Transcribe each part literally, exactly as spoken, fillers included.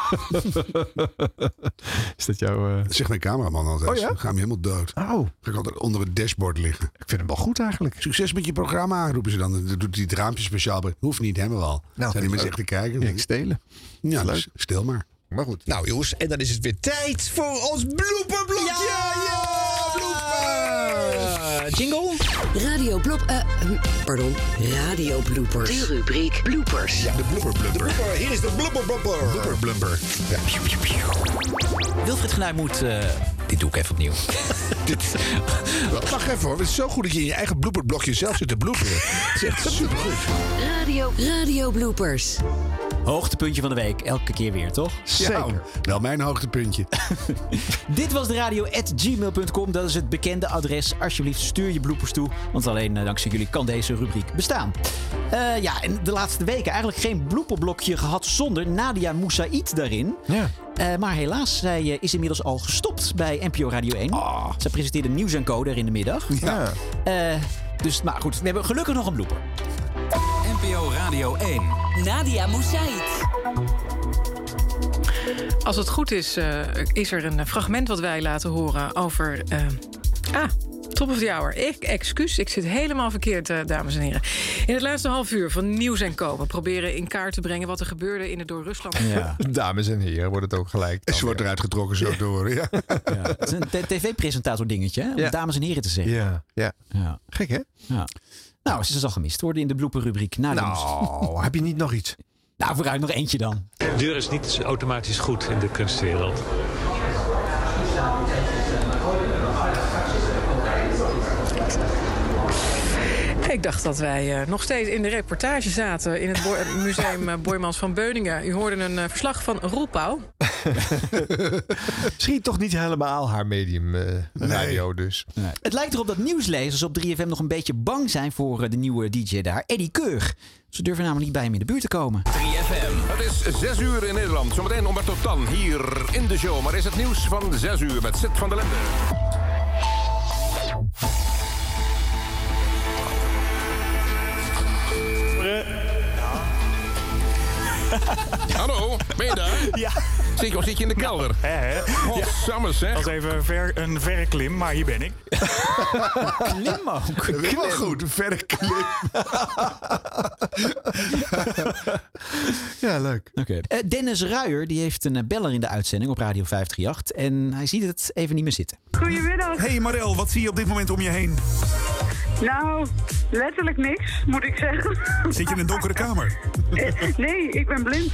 Is dat jouw... Uh... Zeg mijn cameraman altijd. Oh ja? Dan ga je helemaal dood. Oh. Ga ik altijd onder het dashboard liggen. Ik vind hem wel goed eigenlijk. Succes met je programma, roepen ze dan. Dan doet hij het raampje speciaal bij. Hoeft niet, hebben we al. Nou, zijn die mensen echt te kijken? Niks stelen. Ja, leuk. Dus stil maar. Maar goed. Nou jongens, en dan is het weer tijd voor ons blooperblokje. Ja, ja, bloopers. Jingle. Radio Blop... Uh, pardon. Radio Bloopers. De rubriek Bloopers. Ja, de blooper blumper. De blooper, hier is de blooper blumper. Blooper blumper. Ja. Wilfried Genuij moet... Uh, dit doe ik even opnieuw. Dit, wacht even hoor. Het is zo goed dat je in je eigen blooperblokje zelf zit te bloeperen. Het is echt supergoed. Radio, Radio Bloopers. Hoogtepuntje van de week. Elke keer weer, toch? Zeker. Ja, wel mijn hoogtepuntje. Dit was de radio at gmail punt com. Dat is het bekende adres. Alsjeblieft, stuur je bloopers toe. Want alleen uh, dankzij jullie kan deze rubriek bestaan. Uh, ja, en de laatste weken eigenlijk geen blooperblokje gehad zonder Nadia Moussaïd daarin. Ja. Uh, maar helaas, zij uh, is inmiddels al gestopt bij N P O Radio één. Oh. Zij presenteerde Nieuws en Co daar in de middag. Ja. Uh, dus, maar goed, we hebben gelukkig nog een blooper. N P O Radio één. Nadia Moussaïd. Als het goed is, uh, is er een fragment wat wij laten horen over... Uh, ah, top of the hour. Ik, excuus, ik zit helemaal verkeerd, uh, dames en heren. In het laatste half uur van Nieuws en Co. We proberen in kaart te brengen wat er gebeurde in het door Rusland... Ja. Dames en heren, wordt het ook gelijk. Ze wordt eruit getrokken zo te horen. Ja. Ja. Het is een t- tv-presentator dingetje, hè? Om Ja. dames en heren te zeggen. Ja, ja. Ja. Gek, hè? Ja. Nou, ze zal gemist worden in de blooperrubriek. Na de nieuws. Nou, heb je niet nog iets? Nou, vooruit nog eentje dan. Deur is niet automatisch goed in de kunstwereld. Ik dacht dat wij uh, nog steeds in de reportage zaten... in het Bo- museum uh, Boijmans van Beuningen. U hoorde een uh, verslag van Roel Pauw. Misschien toch niet helemaal haar medium uh, radio Nee. dus. Nee. Het lijkt erop dat nieuwslezers op drie F M nog een beetje bang zijn... voor uh, de nieuwe D J daar, Eddie Keur. Ze durven namelijk niet bij hem in de buurt te komen. drie F M. Het is zes uur in Nederland. Zometeen Umberto Tan hier in de show. Maar is het nieuws van zes uur met Sid van der Lende. Hallo, ben je daar? Ja. Zit je, of zit je in de kelder? Hè, hè? Godsamme zeg. Dat was even een, ver, een verre klim, maar hier ben ik. Klim ook. Dat is wel goed, een verre klim. Ja, leuk. Okay. Uh, Dennis Ruijer die heeft een uh, beller in de uitzending op Radio vijf drie acht. En hij ziet het even niet meer zitten. Goedemiddag. Hey Marel, wat zie je op dit moment om je heen? Nou, letterlijk niks, moet ik zeggen. Zit je in een donkere kamer? Nee, ik ben blind.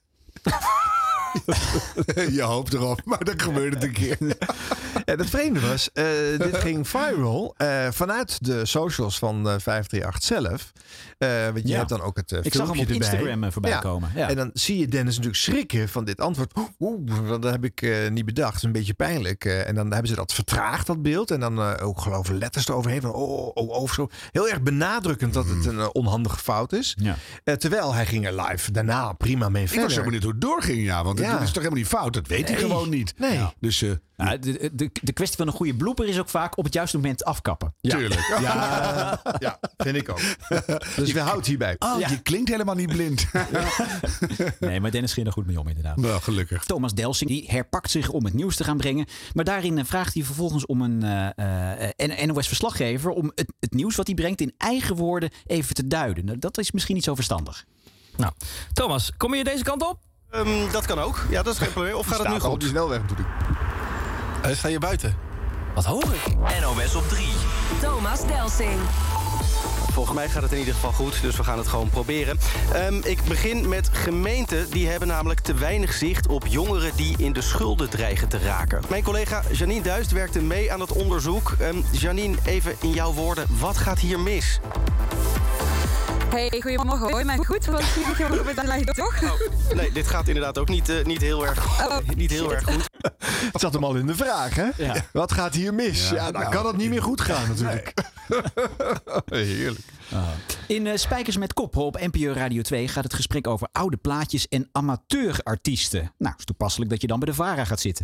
Je hoopt erop, maar dan gebeurt het een keer. En het vreemde was, uh, dit ging viral uh, vanuit de socials van uh, vijf drie acht zelf. Uh, want je Ja. hebt dan ook het uh, Ik zag filmpje hem op erbij. Instagram uh, voorbij Ja. komen. Ja. En dan zie je Dennis natuurlijk schrikken van dit antwoord. Oeh, dat heb ik uh, niet bedacht. Dat is een beetje pijnlijk. Uh, en dan hebben ze dat vertraagd, dat beeld. En dan uh, ook geloof ik letters eroverheen. Van, oh, oh, oh, zo. Heel erg benadrukkend dat het een uh, onhandige fout is. Ja. Uh, terwijl hij ging er live daarna prima mee Ik verder. was helemaal niet hoe het doorging, ja. Want Ja. het is toch helemaal niet fout? Dat weet hij Nee. gewoon niet. Nee. Ja. Dus uh, Nou, de, de, de kwestie van een goede blooper is ook vaak op het juiste moment afkappen. tuurlijk. Ja, ja, vind ik ook. Dus we houden hierbij. Oh, Ja. je klinkt helemaal niet blind. Nee, maar Dennis ging er goed mee om inderdaad. Wel, gelukkig. Thomas Delsing die herpakt zich om het nieuws te gaan brengen. Maar daarin uh, vraagt hij vervolgens om een uh, uh, N O S-verslaggever... om het, het nieuws wat hij brengt in eigen woorden even te duiden. Nou, dat is misschien niet zo verstandig. Nou, Thomas, kom je deze kant op? Um, dat kan ook. Ja, dat is geen probleem. Of gaat het nu Staat al op goed? die snelweg natuurlijk. Uh, sta je buiten? Wat hoor ik? N O S op drie. Thomas Delsing. Volgens mij gaat het in ieder geval goed, dus we gaan het gewoon proberen. Um, ik begin met gemeenten. Die hebben namelijk te weinig zicht op jongeren die in de schulden dreigen te raken. Mijn collega Janine Duist werkte mee aan het onderzoek. Um, Janine, even in jouw woorden, wat gaat hier mis? Hey, goedemorgen. Hoor je mij goed? Want ik heb het aan toch? Oh, nee, dit gaat inderdaad ook niet, uh, niet heel erg, Oh, niet heel erg goed. Het zat hem al in de vraag, hè? Ja. Wat gaat hier mis? Ja, Ja, dan nou, kan het niet meer goed gaan natuurlijk. Heerlijk. Ah. In uh, Spijkers met Kop op N P O Radio twee gaat het gesprek over oude plaatjes en amateurartiesten. Nou, is toepasselijk dat je dan bij de VARA gaat zitten.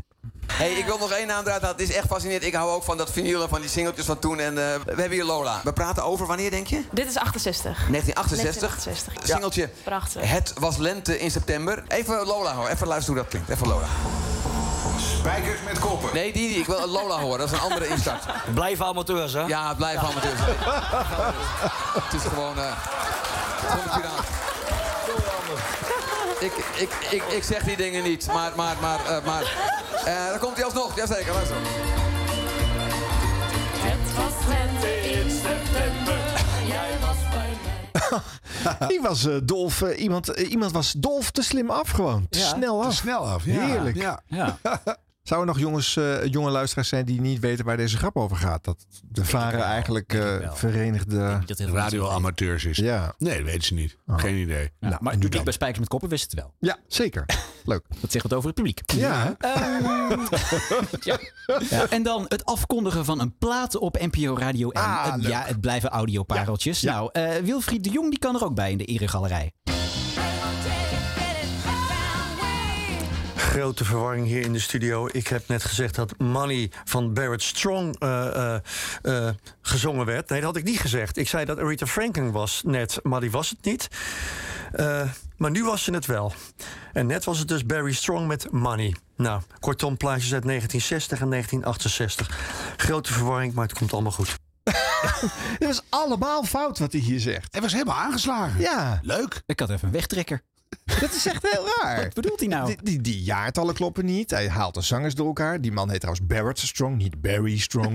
Hey, ik wil nog één naam eruit halen. Het is echt fascinerend. Ik hou ook van dat vinyl en van die singeltjes van toen. En uh, we hebben hier Lola. We praten over wanneer, denk je? Dit is achtenzestig. negentien achtenzestig. negentien achtenzestig. Singeltje. Ja, prachtig. Het was lente in september. Even Lola hoor. Even luisteren hoe dat klinkt. Even Lola. Spijkers met koppen. Nee, die, die. Ik wil Lola horen. Dat is een andere instart. Blijven amateurs, hè? Ja, blijven amateurs. Het is gewoon... Uh, gewoon ik, ik, ik, ik zeg die dingen niet, maar... maar, maar, uh, maar uh, daar komt hij alsnog. Jazeker, luister. Het was lente in september. Jij was bij mij. Die was uh, Dolf. Uh, iemand, uh, iemand was Dolf te slim af gewoon. Te Ja, snel af. te snel af, ja. Heerlijk. Ja. Ja. Zou er nog jongens, uh, jonge luisteraars zijn die niet weten waar deze grap over gaat? Dat de Varen eigenlijk uh, verenigde radioamateurs is. Ja. Nee, dat weten ze niet. Oh. Geen idee. Ja, Nou, maar het publiek bij Spijkers met Koppen wist het wel. Ja, zeker. Leuk. Dat zegt wat over het publiek. Ja. Um, ja. Ja. En dan het afkondigen van een plaat op N P O Radio één. Ah, uh, ja, het blijven audiopareltjes. Ja. Nou, uh, Wilfried de Jong die kan er ook bij in de eregalerij. Grote verwarring hier in de studio. Ik heb net gezegd dat Money van Barrett Strong uh, uh, uh, gezongen werd. Nee, dat had ik niet gezegd. Ik zei dat Aretha Franklin was net, maar die was het niet. Uh, maar nu was ze het wel. En net was het dus Barry Strong met Money. Nou, kortom, plaatjes uit negentien zestig en negentien achtenzestig. Grote verwarring, maar het komt allemaal goed. Het was allemaal fout wat hij hier zegt. Hij was helemaal aangeslagen. Ja. Leuk. Ik had even een wegtrekker. Dat is echt heel raar. Wat bedoelt hij nou? Die, die, die jaartallen kloppen niet. Hij haalt de zangers door elkaar. Die man heet trouwens Barrett Strong, niet Barry Strong.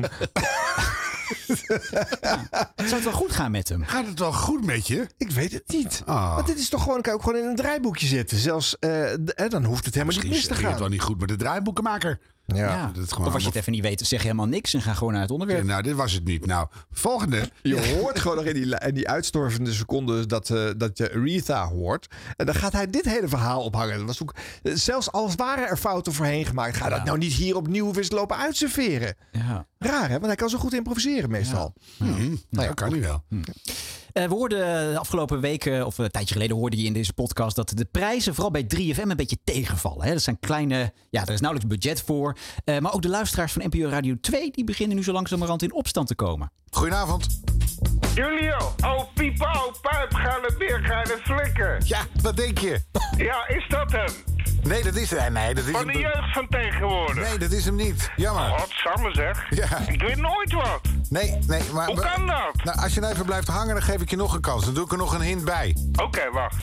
Zou het wel goed gaan met hem? Gaat het wel goed met je? Ik weet het niet. Oh. Maar dit is toch gewoon, kan je ook gewoon in een draaiboekje zetten. Zelfs, uh, d- dan hoeft het helemaal Misschien niet mis te ging gaan. het wel niet goed met de draaiboekenmaker. Ja. Ja. Dat het gewoon Of als je het allemaal... even niet weet, zeg je helemaal niks en ga gewoon naar het onderwerp. Ja, nou, dit was het niet. Nou, volgende. Je hoort gewoon nog in die, in die uitstorvende seconden dat, uh, dat je Aretha hoort. En dan gaat hij dit hele verhaal ophangen. Dat was ook, zelfs als waren er fouten voorheen gemaakt, ga Ja. dat nou niet hier opnieuw eens lopen uitserveren. Ja. Raar, hè? Want hij kan zo goed improviseren meestal. Ja. Hmm. Nou, Nou ja, dat kan hij wel. Uh, we hoorden de afgelopen weken, of een tijdje geleden hoorde je in deze podcast, dat de prijzen vooral bij drie F M een beetje tegenvallen. Hè? Dat zijn kleine, ja, er is nauwelijks budget voor. Uh, maar ook de luisteraars van N P O Radio twee, die beginnen nu zo langzamerhand in opstand te komen. Goedenavond. Julio, oh piepa, oh pijp, geile beer, geile flikker. Ja, wat denk je? Ja, is dat hem? Nee, dat is hij. Nee, dat is Van hem. de jeugd van tegenwoordig. Nee, dat is hem niet. Jammer. Wat samen zeg. Ja. Ik weet nooit wat. Nee, nee, maar... Hoe kan dat? Nou, als je nou even blijft hangen, dan geef ik je nog een kans. Dan doe ik er nog een hint bij. Oké, okay, wacht.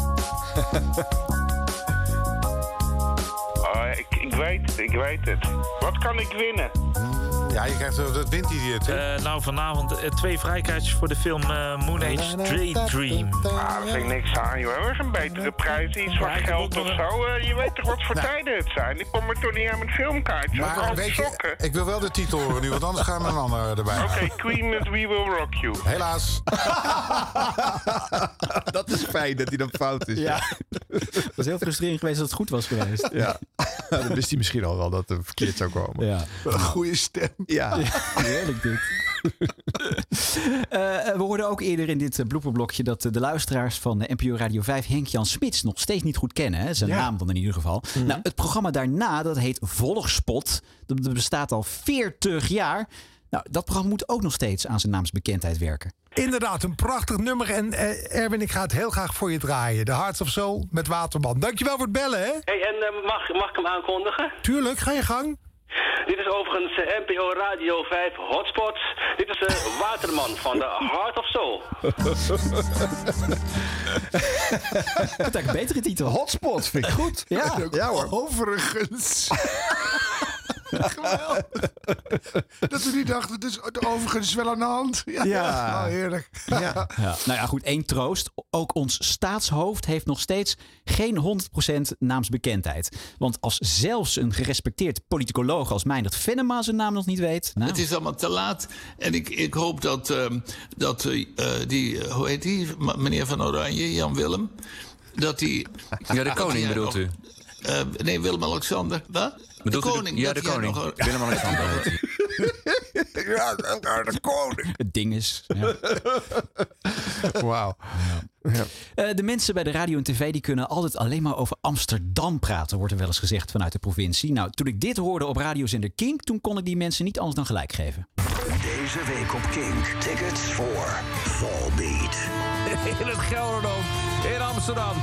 oh, ik, ik weet het, ik weet het. Wat kan ik winnen? Ja, je krijgt dat windidioot. Uh, nou, vanavond uh, twee vrijkaartjes voor de film uh, Moon Age Daydream. Ah, daar vind ik niks aan, joh. Dat is een betere prijs. Iets wat geld of zo. Uh, je weet toch wat voor nou. tijden het zijn? Ik kom er toch niet aan met filmkaartjes. Maar weet je, ik wil wel de titel horen nu, want anders gaan we een ander erbij. Oké, okay, Queen met We Will Rock You. Helaas. Dat is fijn dat hij dan fout is. Ja. Het was heel frustrerend geweest dat het goed was geweest. Ja. Dan wist hij misschien al wel dat het verkeerd zou komen. Ja. Een goede stem. Ja. Heerlijk dit. uh, we hoorden ook eerder in dit blooperblokje dat de luisteraars van de N P O Radio vijf Henk-Jan Smits nog steeds niet goed kennen. Hè? Zijn Ja. naam dan in ieder geval. Mm-hmm. Nou, het programma daarna, dat heet Volgspot. Dat dat bestaat al veertig jaar. Nou, dat programma moet ook nog steeds aan zijn naamsbekendheid werken. Inderdaad, een prachtig nummer. En uh, Erwin, ik ga het heel graag voor je draaien. The Hearts of Soul met Waterman. Dankjewel voor het bellen, hè? Hey, en uh, mag, mag ik hem aankondigen? Tuurlijk, ga je gang. Dit is overigens uh, N P O Radio vijf Hotspot. Dit is uh, Waterman van The Heart of Soul. Dat is een betere titel. Hotspot, vind ik goed. Ja, ja hoor. Overigens. Geweldig. Dat we niet dachten, het is overigens wel aan de hand. Ja, Ja. Oh, heerlijk. Ja. Ja. Nou ja, goed, één troost. Ook ons staatshoofd heeft nog steeds geen honderd procent naamsbekendheid. Want als zelfs een gerespecteerd politicoloog als Meindert Venema zijn naam nog niet weet... Nou. Het is allemaal te laat. En ik, ik hoop dat, uh, dat uh, die, uh, hoe heet die, meneer Van Oranje, Jan Willem... dat die... Ja, de koning bedoelt u? Uh, nee, Willem-Alexander. Wat? Bedoelt de u koning. De, ja, dat de koning. Nog... Willem-Alexander heet hij. Ja, de koning. Het ding is. Ja. Wauw. Ja. Uh, de mensen bij de radio en tv die kunnen altijd alleen maar over Amsterdam praten, wordt er wel eens gezegd vanuit de provincie. Nou, toen ik dit hoorde op radiozender Kink, toen kon ik die mensen niet anders dan gelijk geven. Deze week op Kink. Tickets voor Volbeat. In het Gelderdoom in Amsterdam.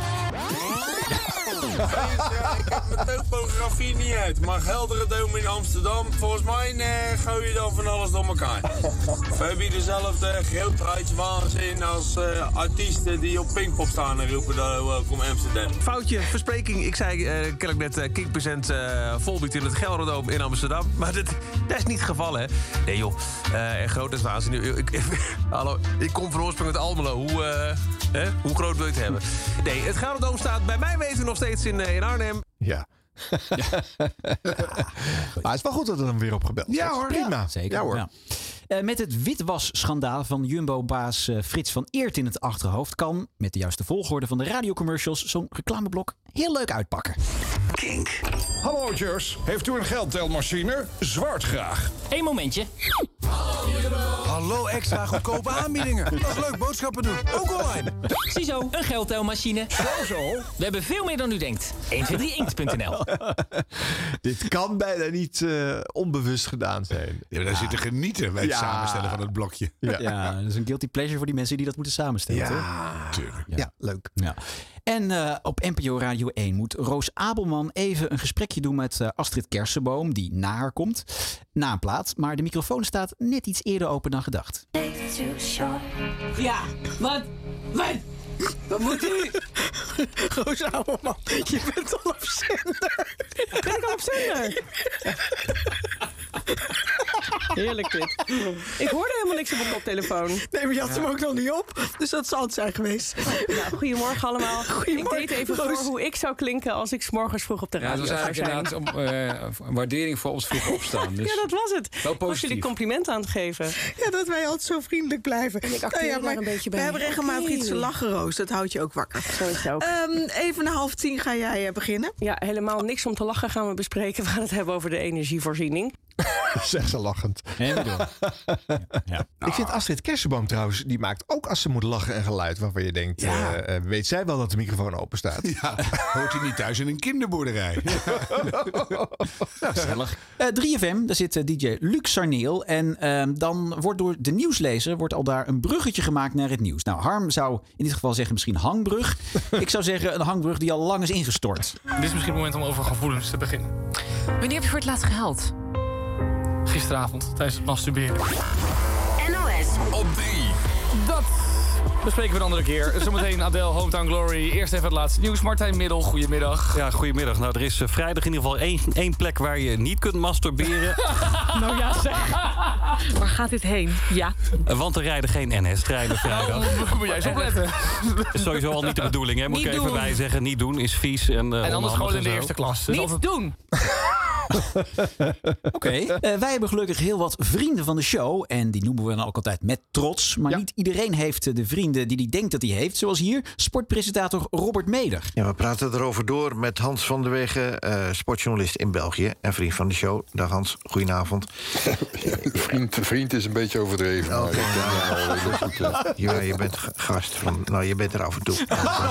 Ik heb mijn topografie niet uit, maar Gelderdoom in Amsterdam, volgens mij eh, gooi je dan van alles door elkaar. We hebben hier dezelfde grootheidswaanzin als uh, artiesten die op Pinkpop staan en roepen dat welkom Amsterdam. Foutje, verspreking. Ik zei uh, kennelijk net uh, Kink present uh, Volbeat in het Gelderdoom in Amsterdam. Maar dat, dat is niet het geval, hè? Nee joh, uh, en grootheidswaanzin. Ik, ik, hallo, ik kom van oorsprong uit Almelo. Hoe, uh, hè? Hoe groot wil je het hebben? Nee, het Gelderdoom staat bij mij weten nog steeds in, uh, in Arnhem. Ja. ja. Maar het is wel goed dat er dan weer op gebeld Ja hoor, prima. Ja, zeker. Ja, hoor. Ja. Uh, met het witwasschandaal van Jumbo-baas uh, Frits van Eert in het achterhoofd kan, met de juiste volgorde van de radiocommercials, zo'n reclameblok heel leuk uitpakken. Kink. Hallo Jurs, heeft u een geldtelmachine? Zwart graag. Eén momentje. Hallo, extra goedkope aanbiedingen. Dat is leuk, boodschappen doen. Ook online. Ziezo, een geldtelmachine. Zo zo. We hebben veel meer dan u denkt. één twee drie inkt punt n l. Dit kan bijna niet uh, onbewust gedaan zijn. Ja, daar zit te genieten bij het Ja. samenstellen van het blokje. Ja. ja, dat is een guilty pleasure voor die mensen die dat moeten samenstellen. Ja, toch? Tuurlijk. Ja, ja leuk. Ja. En uh, op N P O Radio één moet Roos Abelman even een gesprekje doen met uh, Astrid Kersenboom, die na haar komt, na een plaat. Maar de microfoon staat net iets eerder open dan gedacht. Ja, wat? Wat? Wat moet u? Roos Abelman, je bent al op zender. Ben ik al op zender? Heerlijk dit. Ik hoorde helemaal niks op mijn koptelefoon. Nee, maar je had hem ook nog niet op. Dus dat zal het zijn geweest. Nou, goedemorgen allemaal. Goedemorgen, ik deed even Roos. voor hoe ik zou klinken als ik 's morgens vroeg op de Ja, radio het was zou eigenlijk zijn. inderdaad om, uh, een waardering voor ons vroeg opstaan. Dus Ja, dat was het. wel Ik was positief. jullie complimenten aan het geven. Ja, dat wij altijd zo vriendelijk blijven. En ik acteer ja, daar maar een beetje bij. We hebben regelmatig Oké. iets te lachen, Roos. Dat houdt je ook wakker. Zo is het ook. Um, even na half tien ga jij uh, beginnen. Ja, helemaal niks om te lachen gaan we bespreken. We gaan het hebben over de energievoorziening. Zeg ze lachend. En we doen. Ja. Ik vind Astrid Kersenboom trouwens, die maakt ook als ze moet lachen een geluid waarvan je denkt, Ja. uh, uh, weet zij wel dat de microfoon open staat? Ja, hoort hij niet thuis in een kinderboerderij? Gezellig. Uh, drie F M, daar zit uh, D J Luc Sarneel. En uh, dan wordt door de nieuwslezer wordt al daar een bruggetje gemaakt naar het nieuws. Nou, Harm zou in dit geval zeggen misschien hangbrug. Ik zou zeggen een hangbrug die al lang is ingestort. Dit is misschien het moment om over gevoelens te beginnen. Wanneer heb je voor het laatst gehuild? Gisteravond, tijdens het masturberen. N O S Op drie. Dat bespreken we een andere keer. Zometeen Adele, Hometown Glory. Eerst even het laatste nieuws. Martijn Middel, goedemiddag. Ja, goedemiddag. Nou, er is uh, vrijdag in ieder geval één, één plek waar je niet kunt masturberen. Nou ja, zeg. Waar gaat dit heen? Ja. Want er rijden geen N S-treinen vrijdag. Nou, moet jij eens opletten. Dat is sowieso al niet de bedoeling, hè? Moet Niet ik even doen. bij zeggen. Niet doen is vies. En, uh, En anders gewoon in de en zo. eerste klas. Dus Niet altijd- doen. Oké, okay. uh, wij hebben gelukkig heel wat vrienden van de show. En die noemen we dan ook altijd met trots. Maar Ja. niet iedereen heeft de vrienden die hij denkt dat hij heeft. Zoals hier sportpresentator Robert Meder. Ja, we praten erover door met Hans van der Weggen, uh, sportjournalist in België en vriend van de show. Dag Hans, goedenavond. Vriend, vriend is een beetje overdreven. Maar Oké. ik ken hem al heel goed, eh. Ja, je bent g- gast van. Nou, je bent er af en toe.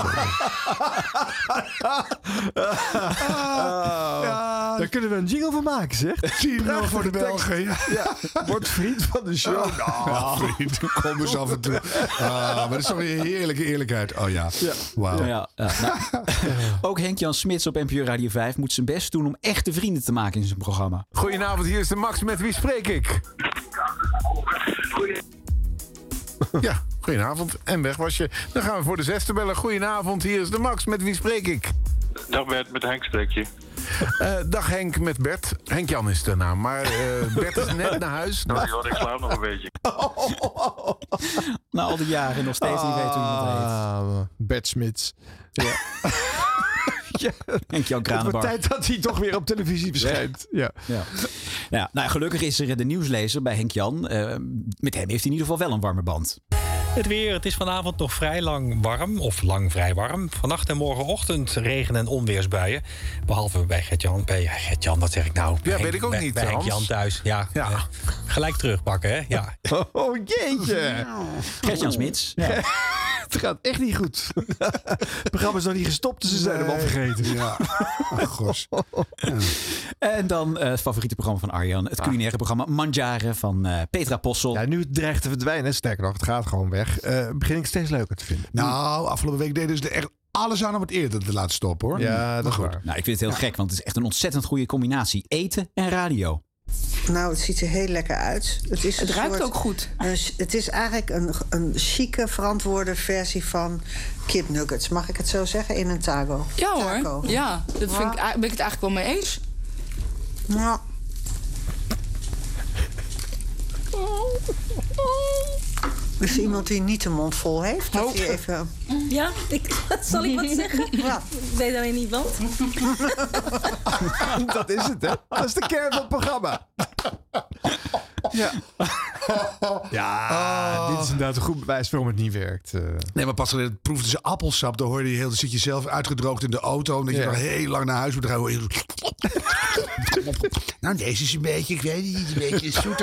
Ja. Daar kunnen we een jingle van maken, zeg. Zie je nog voor de Belgen, ja. Ja, word vriend van de show. Ja, vriend, kom eens af en toe. Ah, maar dat is toch weer heerlijke eerlijkheid. Oh ja, wauw. Ja, ja, nou. Ook Henk-Jan Smits op N P O Radio vijf moet zijn best doen om echte vrienden te maken in zijn programma. Goedenavond, hier is de Max. Met wie spreek ik? Ja, goedenavond. En weg was je. Dan gaan we voor de zesde bellen. Goedenavond, hier is de Max. Met wie spreek ik? Dag Bert, met Henk spreek je. Uh, dag Henk, met Bert. Henk-Jan is de naam, maar uh, Bert is net naar huis. Nou, joh, ik slaap nog een beetje. Na al die jaren nog steeds niet weten hoe iemand heet. Ah, Bert Smits. Ja. Ja. Henk-Jan Het wordt Kranenbar. tijd dat hij toch weer op televisie verschijnt. Ja. Ja. Ja, nou, gelukkig is er de nieuwslezer bij Henk-Jan. Uh, met hem heeft hij in ieder geval wel een warme band. Het weer, het is vanavond nog vrij lang warm, of lang vrij warm. Vannacht en morgenochtend regen- en onweersbuien. Behalve bij Gert-Jan. Bij Gert-Jan, wat zeg ik nou? Ja, Bij- weet ik ook bij, niet, Bij Hans. Jan thuis, ja. Ja. Eh, gelijk terugpakken, hè? Ja. Oh, jeetje. Gert-Jan Smits. Ja. Het gaat echt niet goed. Het programma is nog niet gestopt, dus ze zijn hem al vergeten. Ja. Oh, gos. En dan eh, het favoriete programma van Arjan. Het culinaire programma Mangiare van eh, Petra Possel. Ja, nu het dreigt te verdwijnen. Sterker nog, het gaat gewoon weg. Uh, begin ik steeds leuker te vinden. Nou, afgelopen week deden ze er echt alles aan om het eerder te laten stoppen, hoor. Ja, dat is waar. Nou, ik vind het heel gek, want het is echt een ontzettend goede combinatie. Eten en radio. Nou, het ziet er heel lekker uit. Het, is Het een ruikt soort- ook goed. een- het is eigenlijk een, een chique, verantwoorde versie van kipnuggets. Mag ik het zo zeggen? In een taco. Ja hoor, Taco. ja, daar vind ik, ben ik het eigenlijk wel mee eens. Ja. Is er iemand die niet de mond vol heeft? Dat hij even... Ja, ik, zal ik wat zeggen? Ja. Ik weet alleen niet wat. Dat is het, hè? Dat is de kern van het programma. Ja. Ja, dit is inderdaad een goed bewijs waarom het niet werkt. Uh. Nee, maar pas geleden proefden ze appelsap. Dan hoorde je heel, dan zit je zelf uitgedroogd in de auto. En dat je Ja. nog heel lang naar huis moet gaan. Nou, deze is een beetje, ik weet niet, een beetje zoet.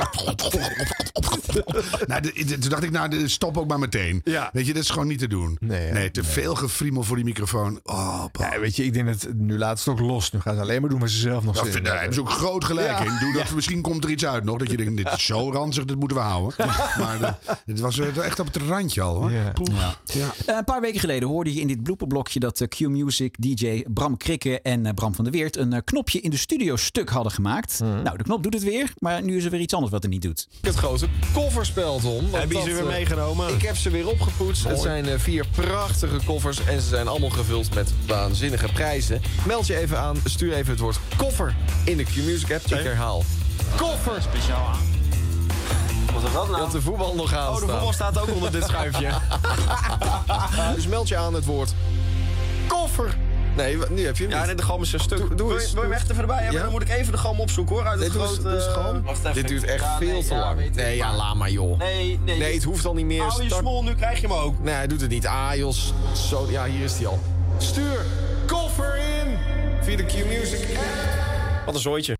Nou, de- de- toen dacht ik, nou, de- stop ook maar meteen. Ja. Weet je, dat is gewoon niet te doen. Nee, Nee, ja. te veel gefriemel voor die microfoon. Oh, Ja, weet je, ik denk dat nu laat ze het ook los. Nu gaan ze alleen maar doen waar ze zelf nog dat zin in vind, daar hebben ze ook groot gelijk Ja. in. Doe dat, Misschien komt er iets uit nog. Dat je denkt, dit is zo ranzig, dit moeten we houden. Maar de, dit was eh, echt op het randje al, hoor. Ja. Poeh. Ja. Ja. Eh, een paar weken geleden hoorde je in dit blooperblokje dat eh, Q-Music, D J Bram Krikke en eh, Bram van der Weert een eh, knopje in de studio stuk hadden gemaakt. Nou, de knop doet het weer, maar nu is er weer iets anders wat er niet doet. Het grote kofferspel, Tom. Heb je ze weer meegenomen? Ik heb ze weer opgepoetst. Het zijn eh, vier prachtige koffers en ze zijn allemaal gevuld met waanzinnige prijzen. Meld je even aan, stuur even het woord koffer in de Q-Music app. Ik herhaal. Koffer! Speciaal aan. Wat is dat nou? Dat de voetbal nog aan Oh, de voetbal staat ook onder dit schuifje. Dus meld je aan het woord koffer. Nee, w- nu heb je hem Ja, niet. nee, de galm is een stuk. Doe- doe wil, je, eens, wil je hem doe- echt even erbij hebben? Ja? Dan moet ik even de galm opzoeken, hoor. Uit Nee, het doe eens- grote... doe eens gewoon. Wacht even. Dit duurt echt Ja, veel nee, te ja, lang. weet ik, Nee, ja, maar- laat maar, joh. Nee, nee. Nee, het hoeft al niet meer. Hou je Start- smol, nu krijg je hem ook. Nee, hij doet het niet. Ah, Jos. Zo, ja, hier is hij al. Stuur koffer in via de Q-Music app. Wat een zooitje.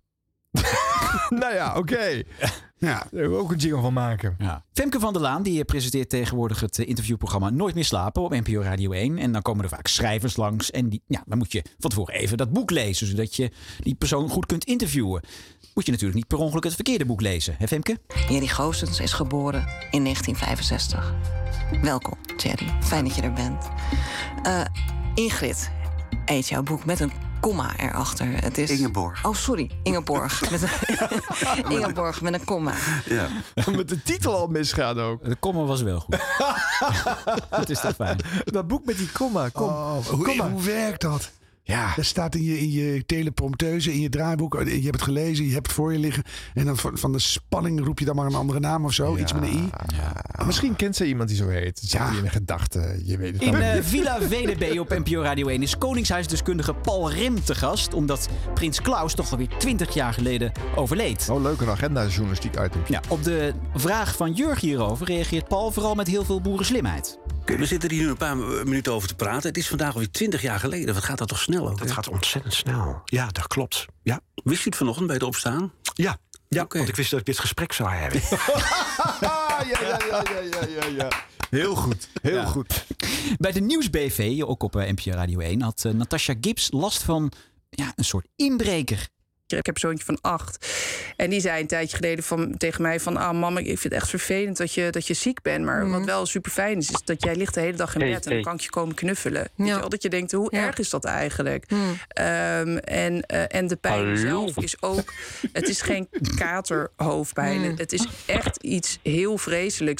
Nou ja, oké. Ja. Daar willen we ook een jingle van maken. Ja. Femke van der Laan die presenteert tegenwoordig het eh, interviewprogramma Nooit meer slapen op N P O Radio één. En dan komen er vaak schrijvers langs. En die, ja, dan moet je van tevoren even dat boek lezen, zodat je die persoon goed kunt interviewen. Moet je natuurlijk niet per ongeluk het verkeerde boek lezen, hè Femke? Jerry Goossens is geboren in negentien vijfenzestig. Welkom, Jerry. Fijn dat je er bent. Eh, Ingrid eet jouw boek met een komma erachter. Het is... Ingeborg. Oh, sorry. Ingeborg. Met een... Ingeborg met een komma. Ja. Met de titel al misgaan ook. De komma was wel goed. Dat is toch fijn. Dat boek met die komma. Kom, Oh, hoe, komma. hoe werkt dat? Ja. Dat staat in je, in je teleprompteuze, in je draaiboek. Je hebt het gelezen, je hebt het voor je liggen. En dan van, van de spanning roep je dan maar een andere naam of zo. Ja. Iets met een i. Ja. Misschien kent ze iemand die zo heet. Dat zit Ja. hier in de gedachten. Je weet het In dan eh, niet. Villa V D B op N P O Radio één is koningshuisdeskundige Paul Rim te gast. Omdat prins Klaus toch alweer twintig jaar geleden overleed. Oh, leuk een agenda journalistiek item. Ja, op de vraag van Jurg hierover reageert Paul vooral met heel veel boerenslimheid. Oké, we zitten hier nu een paar minuten over te praten. Het is vandaag alweer twintig jaar geleden. Wat gaat dat toch snel ook? Dat gaat ontzettend snel. Ja, dat klopt. Ja, Wist u het vanochtend bij het opstaan? ja, ja Oké. want ik wist dat ik dit gesprek zou hebben. ja, ja, ja, ja, ja, ja, ja. Heel goed, heel Ja. goed. Bij de Nieuws B V, ook op eh, N P O Radio één, had uh, Natasha Gibbs last van ja, een soort inbreker. Ik heb een zoontje van acht. En die zei een tijdje geleden van, tegen mij van... ah, mama, ik vind het echt vervelend dat je, dat je ziek bent. Maar wat wel super fijn is, is dat jij ligt de hele dag in Hey, bed... en hey. dan kan ik je komen knuffelen. Weet je wel? Dat je denkt, hoe Ja. erg is dat eigenlijk? Ehm, en, eh, en de pijn Hallo. zelf is ook... Het is geen katerhoofdpijn. Het is echt iets heel vreselijks.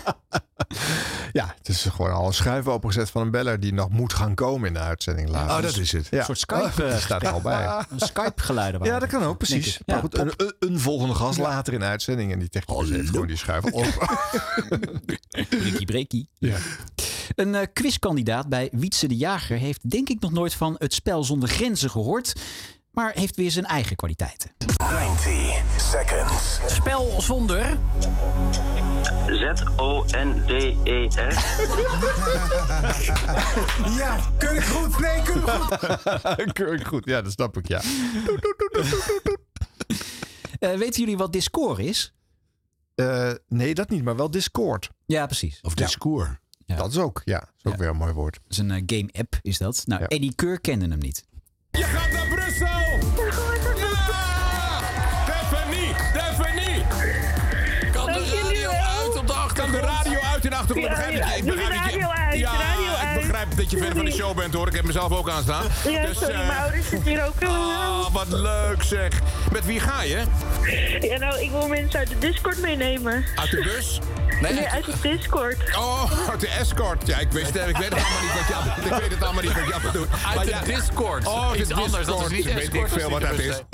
Ja, het is gewoon al een schuif opengezet van een beller die nog moet gaan komen in de uitzending later. Oh, dat is het. Ja. Een soort Skype, Oh, eh, die staat er al bij. Een Skype-geluiden. Ja, dat kan ook, Denk precies. ik. Maar Ja, goed, een, een, een volgende gast later in de uitzending. En die technicus heeft gewoon die schuif open. Breekie, breekie. Ja. Een uh, quizkandidaat bij Wietse de Jager heeft denk ik nog nooit van het spel zonder grenzen gehoord. Maar heeft weer zijn eigen kwaliteiten. ninety seconds. Spel zonder... Z O N D E S. Ja, keurig goed. Nee, keurig goed. Keurig goed, ja, dat snap ik, ja. Uh, weten jullie wat Discord is? Uh, nee, dat niet, maar wel Discord. Ja, precies. Of Discord. Ja. Dat is ook, ja. Dat is ook ja. weer een mooi woord. Dat is een uh, game-app, is dat. Nou, ja. Eddie Keur kende hem niet. Je gaat naar Brussel! Ja! Stephanie! Stephanie! Kan de radio uit op de achtergrond? Kan de radio uit in de achtergrond? Ja, begrijp ja, ik, doe de radio uit. Ja, radio ik uit. begrijp dat je fan van de show bent, hoor. Ik heb mezelf ook aanstaan. Ja, dus, sorry, uh, mijn ouders zitten hier ook. Oh, wat leuk zeg. Met wie ga je? Ja, nou, ik wil mensen uit de Discord meenemen. Uit de bus? Nee, nee uit de Discord. Oh, uit de escort. Ja, ik weet, ik weet het allemaal niet wat je aan, ik weet het allemaal niet wat je aan doet. Uit maar de ja, Discord. Oh, Iets de anders. Discord. Dat is niet weet escort, ik veel wat dat is.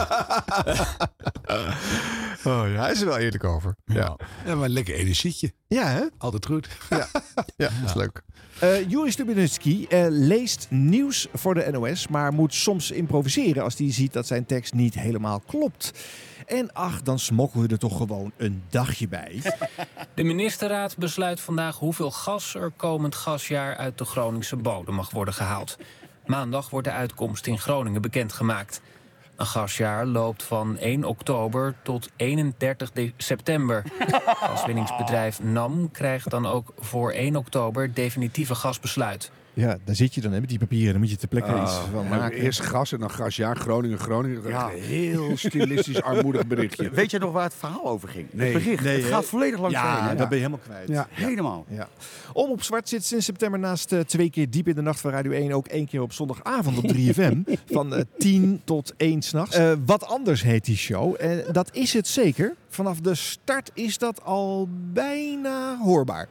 Oh, ja, hij is er wel eerlijk over. Ja, ja maar lekker energietje. Ja, hè? Altijd goed. Ja, ja, dat is leuk. Uh, Juri Stubenitski uh, leest nieuws voor de N O S, maar moet soms improviseren als hij ziet dat zijn tekst niet helemaal klopt. En ach, dan smokkelen we er toch gewoon een dagje bij. De ministerraad besluit vandaag hoeveel gas er komend gasjaar uit de Groningse bodem mag worden gehaald. Maandag wordt de uitkomst in Groningen bekendgemaakt. Een gasjaar loopt van één oktober tot eenendertig september. Gaswinningsbedrijf NAM krijgt dan ook voor één oktober definitieve gasbesluit. Ja, daar zit je dan hè, met die papieren. Dan moet je ter plekke uh, iets van maken. Eerst gas en dan gas. Ja, Groningen, Groningen. Ja. Een heel stilistisch armoedig berichtje. Weet je nog waar het verhaal over ging? Nee. Het bericht. Nee, het gaat volledig langs ja, heen. Ja, dat ben je helemaal kwijt. Ja, helemaal. Ja. Omroep Zwart zit sinds september naast uh, twee keer diep in de nacht van Radio één... ook één keer op zondagavond op drie F M. Van uh, tien tot één s'nachts. Uh, wat anders heet die show. En uh, dat is het zeker. Vanaf de start is dat al bijna hoorbaar.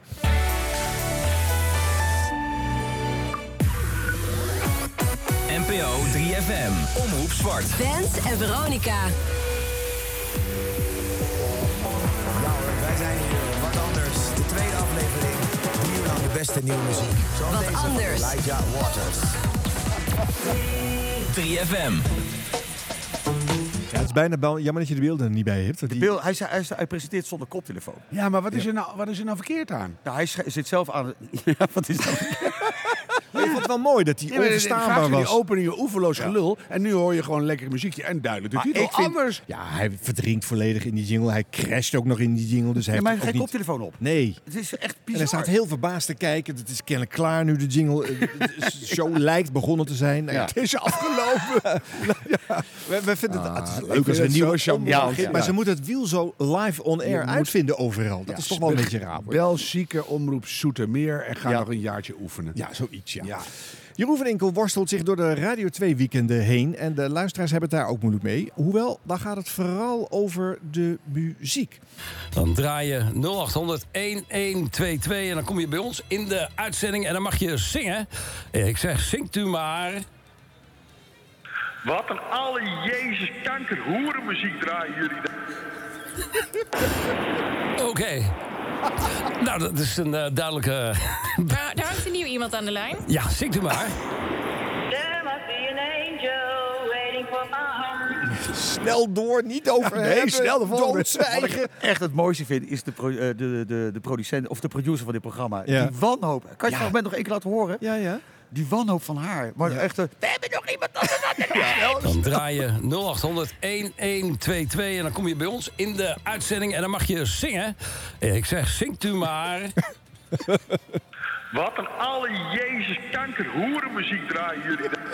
N P O drie F M, Omroep Zwart. Bens en Veronica. Ja hoor, wij zijn hier. Wat anders. De tweede aflevering. Drie uur lang de beste nieuwe muziek. Zoals Wat deze anders. Elijah Waters. drie F M. Ja, het is bijna bel- jammer dat je de beelden er niet bij hebt. De Die... beeld, hij, zei, hij, zei, hij presenteert zonder koptelefoon. Ja, maar wat is, ja. Er, nou, wat is er nou verkeerd aan? Nou, hij sch- zit zelf aan... ja, wat is dat? Ik vond het wel mooi dat hij nee, onverstaanbaar was. Die openingen oeverloos gelul. Ja. En nu hoor je gewoon lekker muziekje en duidelijk de titel. Ik vind, anders. Ja, hij verdrinkt volledig in die jingle. Hij crasht ook nog in die jingle. Dus hij ja, maar heeft hij heeft ook geen niet... koptelefoon op. Nee. Het is echt bizar. En hij staat heel verbaasd te kijken. Het is kennelijk klaar nu de jingle. De show lijkt begonnen te zijn. Nou, ja. Het is afgelopen. ja. we, we vinden het, ah, het is leuk als er een nieuwe show begint. Ja, maar ze moeten het wiel zo live on air je uitvinden moet... overal. Dat ja, is toch wel een beetje raar. Bel zieke omroep Zoetermeer en ga ja. nog een jaartje oefenen. Ja, zoiets, ja. ja. Jeroen van Inkel worstelt zich door de Radio twee weekenden heen. En de luisteraars hebben het daar ook moeilijk mee. Hoewel, dan gaat het vooral over de muziek. Dan draai je nul acht honderd een twee twee en dan kom je bij ons in de uitzending. En dan mag je zingen. Ik zeg, zingt u maar. Wat een alle Jezus kanker hoerenmuziek draaien jullie dan? Oké. Okay. Nou, dat is een uh, duidelijke... daar, daar hangt een nieuw iemand aan de lijn. Ja, zingt u maar. There must be an angel waiting for my heart. Snel door, niet over ja, nee, hebben, snel de volgende. Wat ik echt het mooiste vind, is de, pro, uh, de, de, de producent of de producer van dit programma. Ja. Die wanhoop. Kan je het ja. fragment nog één keer laten horen? Ja, ja. Die wanhoop van haar. Maar ja. echt, uh, we hebben nog iemand anders aan de lijn. Dan draai je nul acht honderd een twee twee en dan kom je bij ons in de uitzending. En dan mag je zingen. Ik zeg, zingt u maar. Wat een alle Jezus kanker hoerenmuziek draaien jullie dan?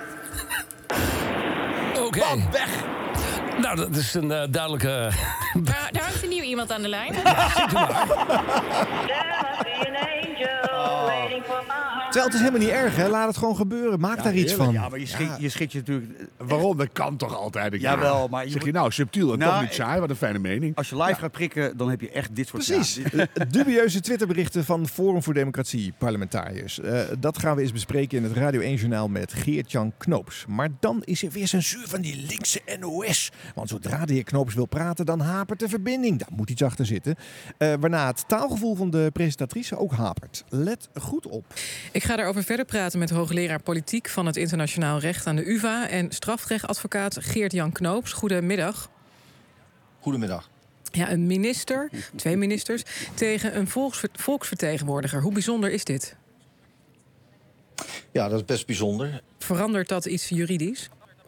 Oké. Okay. Weg. Nou, dat is een uh, duidelijke... daar, daar hangt een nieuw iemand aan de lijn. Ja, zingt u maar. There must be an angel waiting for my heart. Terwijl het is helemaal niet erg, hè? Laat het gewoon gebeuren. Maak ja, daar iets heerlijk. van. Ja, maar je schikt, je schikt je natuurlijk... Waarom? Dat kan toch altijd? Jawel, maar... Je zeg moet... je nou, subtiel en nou, toch niet saai. Wat een fijne mening. Als je live ja. gaat prikken, dan heb je echt dit soort... Precies. Ja. Dubieuze Twitterberichten van Forum voor Democratie, parlementariërs. Uh, dat gaan we eens bespreken in het Radio één-journaal met Geert-Jan Knoops. Maar dan is er weer censuur van die linkse N O S. Want zodra de heer Knoops wil praten, dan hapert de verbinding. Daar moet iets achter zitten. Uh, waarna het taalgevoel van de presentatrice ook hapert. Let goed op. Ik ga daarover verder praten met hoogleraar politiek van het internationaal recht aan de U vA en strafrechtadvocaat Geert-Jan Knoops. Goedemiddag. Goedemiddag. Ja, een minister, twee ministers, tegen een volksver- volksvertegenwoordiger. Hoe bijzonder is dit? Ja, dat is best bijzonder. Verandert dat iets juridisch?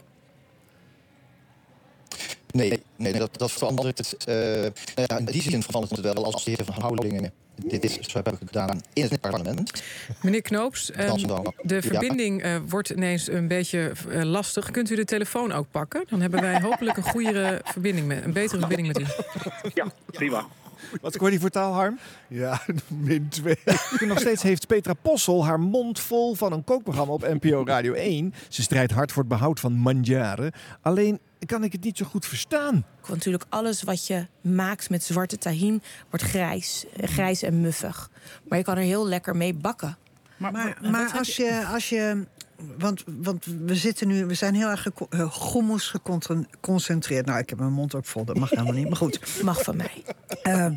Nee, nee dat, dat verandert het. Uh, nou ja, in die zin verandert het wel als de heer Van Houwelingen dit is, zo hebben we gedaan in het parlement. Meneer Knoops, um, de verbinding uh, wordt ineens een beetje uh, lastig. Kunt u de telefoon ook pakken? Dan hebben wij hopelijk een goedere verbinding met, een betere verbinding met u. Ja, prima. Wat scoort die voor taal, Harm? Ja, min twee. Nog steeds heeft Petra Possel haar mond vol van een kookprogramma op N P O Radio één. Ze strijdt hard voor het behoud van manjaren. Alleen kan ik het niet zo goed verstaan. Want natuurlijk alles wat je maakt met zwarte tahin wordt grijs. Grijs en muffig. Maar je kan er heel lekker mee bakken. Maar, maar, maar als je... Als je Want, want we zitten nu, we zijn heel erg gommoes geconcentreerd. Nou, ik heb mijn mond ook vol, dat mag helemaal niet. Maar goed. Mag van mij. Uh,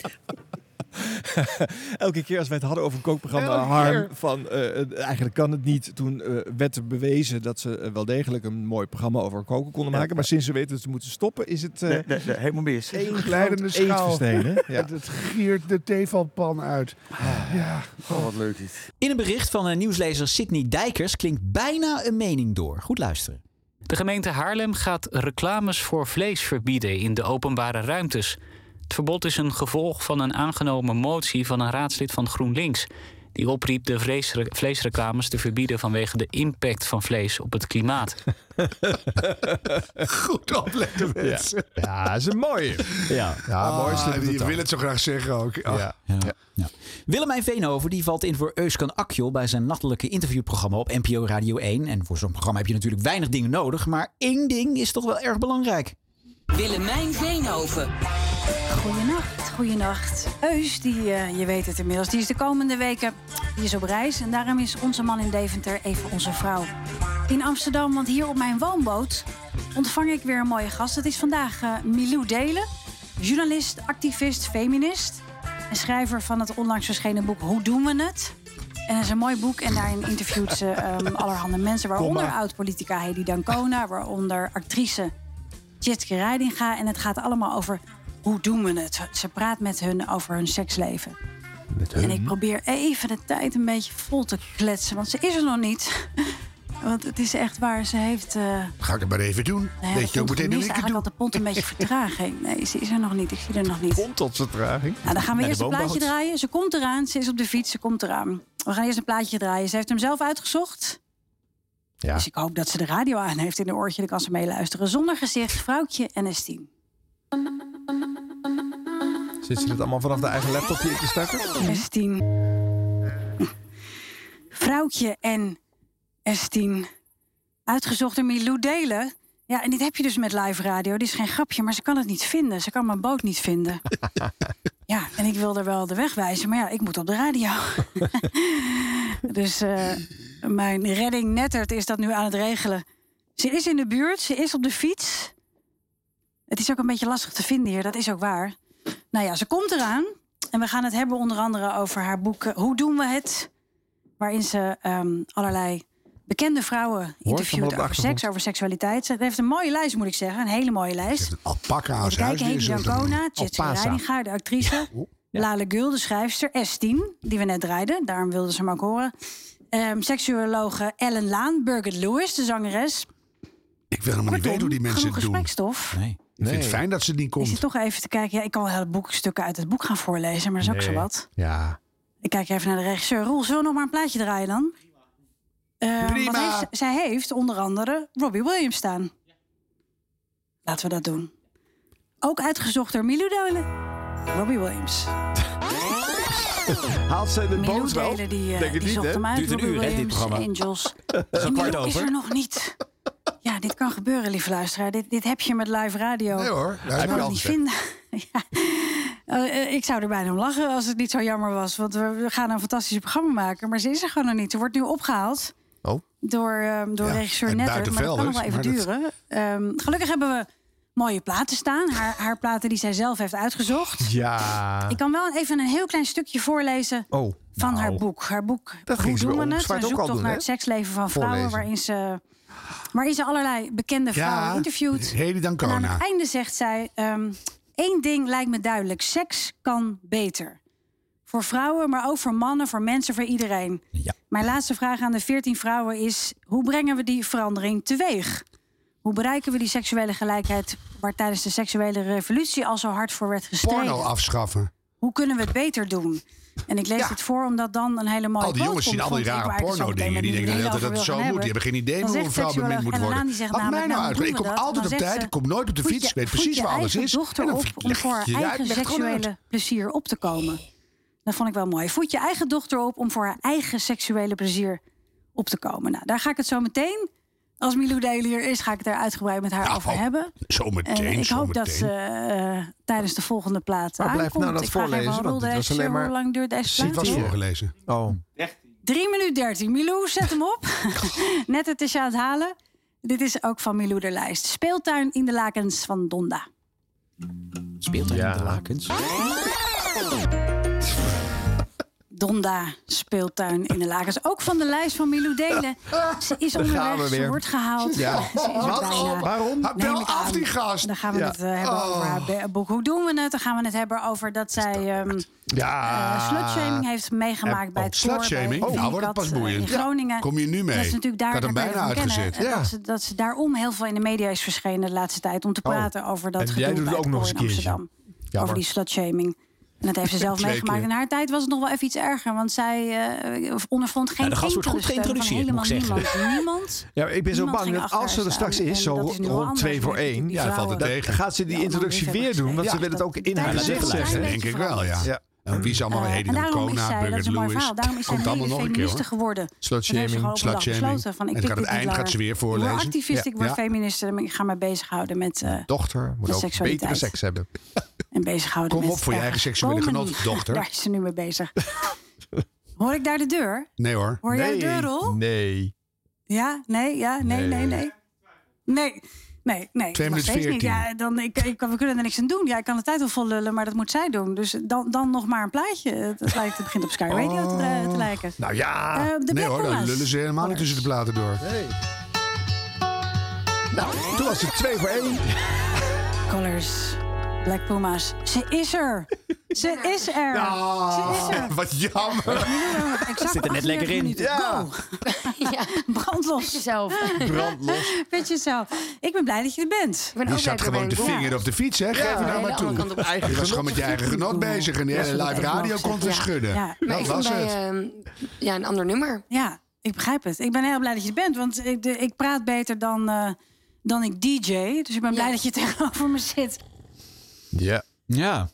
Elke keer als wij het hadden over een kookprogramma, Harm, van uh, eigenlijk kan het niet. Toen uh, werd er bewezen dat ze uh, wel degelijk een mooi programma over koken konden maken. Ja. Maar sinds ze weten dat ze moeten stoppen, is het uh, nee, nee, nee, helemaal mis. Een glijdende schaal. Ja. Het, het giert de theevalpan uit. Ah, ja, oh, wat leuk dit. In een bericht van een nieuwslezer Sidney Dijkers klinkt bijna een mening door. Goed luisteren. De gemeente Haarlem gaat reclames voor vlees verbieden in de openbare ruimtes. Het verbod is een gevolg van een aangenomen motie van een raadslid van GroenLinks. Die opriep de vleesre- vleesreclames te verbieden vanwege de impact van vlees op het klimaat. Goed opletten, mensen. Ja, ja, dat is een mooie. Ja, ja oh, mooi. Je wil het zo graag zeggen ook. Oh. Ja. Ja. Ja. Willemijn Veenhoven die valt in voor Euskan Akjol bij zijn nachtelijke interviewprogramma op N P O Radio één. En voor zo'n programma heb je natuurlijk weinig dingen nodig. Maar één ding is toch wel erg belangrijk. Willemijn Veenhoven. Goedenacht, goedenacht. Eus, die, uh, je weet het inmiddels, die is de komende weken die is op reis. En daarom is onze man in Deventer even onze vrouw in Amsterdam. Want hier op mijn woonboot ontvang ik weer een mooie gast. Het is vandaag uh, Milou Delen, journalist, activist, feminist. En schrijver van het onlangs verschenen boek Hoe doen we het? En dat is een mooi boek en daarin interviewt ze um, allerhande mensen. Waaronder oud-politica Hedy Dancona, waaronder actrice Tjitske Reidinga. En het gaat allemaal over hoe doen we het. Ze praat met hun over hun seksleven. Met hun? En ik probeer even de tijd een beetje vol te kletsen. Want ze is er nog niet. Want het is echt waar, ze heeft... Uh... Ga ik het maar even doen. Nee, Weet je ook meteen hoe ik het eigenlijk doe? had de pont een beetje vertraging. Nee, ze is er nog niet. Ik zie er nog niet. Pont tot vertraging? Nou, dan gaan we Naar eerst de een plaatje woonboot. draaien. Ze komt eraan. Ze is op de fiets. Ze komt eraan. We gaan eerst een plaatje draaien. Ze heeft hem zelf uitgezocht. Ja. Dus ik hoop dat ze de radio aan heeft in haar oortje. Dan kan ze meeluisteren. Zonder gezicht, Vrouwtje en S tien. Zit ze dit allemaal vanaf de eigen laptopje in te starten? S tien. Vrouwtje en S tien. Uitgezocht door Milou Delen. Ja, en dit heb je dus met live radio. Dit is geen grapje, maar ze kan het niet vinden. Ze kan mijn boot niet vinden. Ja, en ik wil er wel de weg wijzen, maar ja, ik moet op de radio. Dus uh, mijn redding Nettert is dat nu aan het regelen. Ze is in de buurt, ze is op de fiets. Het is ook een beetje lastig te vinden hier, dat is ook waar. Nou ja, ze komt eraan. En we gaan het hebben onder andere over haar boek uh, Hoe doen we het? Waarin ze um, allerlei bekende vrouwen interviewt over seks, over seksualiteit. Ze heeft een mooie lijst, moet ik zeggen. Een hele mooie lijst. Alpaca als Even kijken, Hedy Dancona, Tjitske Reidinga, de actrice. Ja. Ja. Lale Gül, de schrijfster. S tien, die we net draaiden. Daarom wilden ze hem ook horen. Um, seksuologe Ellen Laan. Birgit Lewis, de zangeres. Ik wil helemaal niet weten hoe die mensen het doen. Gesprekstof. Nee. Ik vind het fijn dat ze niet komt. Ik zit toch even te kijken. Ja, ik kan wel hele boekstukken uit het boek gaan voorlezen, maar dat is ook Nee. zo wat. Ja. Ik kijk even naar de regisseur. Roel, zullen we nog maar een plaatje draaien dan? Uh, Prima. Want heeft, zij heeft onder andere Robbie Williams staan. Laten we dat doen. Ook uitgezocht door Milou Delen. Robbie Williams. Haalt ze de Milou boot wel? Delen, die, uh, Denk het die niet, zocht hè? hem uit. Duurt een Robbie uur, hè, dit Williams, programma. Angels. Dat is een En kwart Milou is over. er nog niet. Ja, dit kan gebeuren, lieve luisteraar. Dit, dit heb je met live radio. Nee hoor, Ik daar kan is het niet vinden. Ja. Uh, ik zou er bijna om lachen als het niet zo jammer was. Want we, we gaan een fantastisch programma maken. Maar ze is er gewoon nog niet. Ze wordt nu opgehaald Oh. door, um, door Ja, regisseur en Nettert. Maar dat kan nog wel even buitenvelders, maar duren. Um, gelukkig hebben we mooie platen staan. Haar, haar platen die zij zelf heeft uitgezocht. Ja. Ik kan wel even een heel klein stukje voorlezen Oh. van nou. haar boek. Haar boek Dat Hoe ging ze doen bij we ons het? Een ook al zoektocht doen, naar hè? het seksleven van vrouwen. Voorlezen. Waarin ze, waarin ze allerlei bekende vrouwen interviewt. Hedy En aan Dancona. het einde zegt zij... Um, één ding lijkt me duidelijk. Seks kan beter. Voor vrouwen, maar ook voor mannen, voor mensen, voor iedereen. Ja. Mijn laatste vraag aan de veertien vrouwen is... hoe brengen we die verandering teweeg? Hoe bereiken we die seksuele gelijkheid... waar tijdens de seksuele revolutie al zo hard voor werd gestreden? Porno afschaffen. Hoe kunnen we het beter doen? En ik lees Ja. het voor omdat dan een hele mooie Al die jongens zien al die rare porno-dingen. Die denken dat het zo moet. Die hebben geen idee hoe een vrouw bemind moet worden. Wat mij nou uit. Ik kom altijd op tijd. Ik kom nooit op de fiets. Ik weet precies waar alles is. Dochter En dan op om voor haar leg je eigen het gewoon uit. seksuele plezier op te komen. Dat vond ik wel mooi. Voed je eigen dochter op om voor haar eigen seksuele plezier op te komen. Nou, daar ga ik het zo meteen, als Milou Delen hier is, ga ik het er uitgebreid met haar Ja, over oh, hebben. Zo meteen, En ik zo hoop meteen. dat ze uh, tijdens de volgende plaat Maar blijf aankomt. nou dat ik vraag voorlezen, even, want dit was alleen maar- hoe lang duurt deze Het plaat? was voorgelezen. Oh. drie minuten dertien. Milou, zet hem op. Net het is je aan het halen. Dit is ook van Milou de lijst. Speeltuin in de lakens van Donda. Speeltuin in de lakens. Donda, speeltuin in de lakens. Ook van de lijst van Milou Delen. Ze is Daar gaan we onderweg, ze weer. wordt gehaald. Ja. Ze is er Wat? bijna. Waarom? Neem Bel ik af aan. die gast. Dan gaan we Ja. het uh, hebben Oh. over haar be- boek. Hoe doen we het? Dan gaan we het hebben over dat zij um, Ja. uh, slutshaming heeft meegemaakt En- bij oh, het koor. slutshaming? bij Nou wordt het Vicat, pas uh, boeiend. In Groningen. Ja. Kom je nu mee? Dat is natuurlijk daar Ik had hem daar ben je bijna van kennen, uitgezet. uh, Ja. Dat, ze, dat ze daarom heel veel in de media is verschenen de laatste tijd. Om te Oh. praten over dat En gedoe jij doet bij het ook het nog koor eens in een keertje. Amsterdam. Jammer. Over die slutshaming. En dat heeft ze zelf Twee meegemaakt. keer. In haar tijd was het nog wel even iets erger. Want zij uh, ondervond geen Ja, de gast wordt enkele goed steun van geïntroduceerd, moet ik helemaal zeggen. niemand. Niemand. Ja, maar ik ben zo Niemand bang ging dat achter als ze er haar straks staan. is, En zo dat is nu wel rond anders twee voor met die één, vrouwen. Ja, valt het dan tegen. gaat ze die Ja, introductie allemaal weer doen. Want ja, ze wil het dat- ook in daar haar is gezicht het wel een zeggen. klein Denk ik beetje wel, ja. Ja. En wie is allemaal Uh, Hedy en daarom is Dancona, zij, dat Birgit is een mooi Lewis. verhaal. Daarom is zij Komt allemaal nog een keer, feministe hoor. geworden. Slutshaming, Dat heeft ze gewoon op een dag slutshaming. besloten van, ik En pik aan dit het eind niet gaat ze langer. weer Ik word voorlezen. activist, ik word Ja. feminist en ik ga me bezighouden met uh, Dochter moet de ook seksualiteit. betere seks hebben. en bezighouden Kom met op voor je uh, eigen seksuele komen genot, niet. dochter. Daar is ze nu mee bezig. Hoor ik daar de deur? Nee hoor. Hoor jij Nee, de deur, Rol? nee. Ja, nee, ja, nee, nee, nee. Nee, nee, nee. Twee nog minuten steeds niet. veertien. Ja, dan, ik, ik, we kunnen er niks aan doen. Ja, ik kan de tijd wel vol lullen, maar dat moet zij doen. Dus dan, dan nog maar een plaatje. Het, lijkt, het begint op Sky Radio te, dra- te lijken. Nou ja. Eh, de Nee hoor, dan Blackmamas. lullen ze helemaal niet tussen de platen door. Nou, toen was het twee voor één. Colors. Black Puma's. Ze is er. Ze is er. Ze is er. Wat jammer. Exact Zit er net lekker in. achtendertig minuten. Ja. Go. Ja, Brandlos. jezelf. Brandlos. Weet je zelf. Ik ben blij dat je er bent. Ik ben Je ook zat blij gewoon dat te ik er ben. vinger op de fiets, hè? Geef Ja, er de nou hele maar andere toe. kant op. Je was gewoon met je eigen genot bezig. En de hele Ja, live dat radio mag kon te zeggen. schudden. Ja. Maar Dat ik was ging bij het. ehm, ja, een ander nummer. Ja, ik begrijp het. Ik ben heel blij dat je er bent. Want ik, de, ik praat beter dan, uh, dan ik D J. Dus ik ben blij Ja. dat je tegenover me zit. Ja. Ja.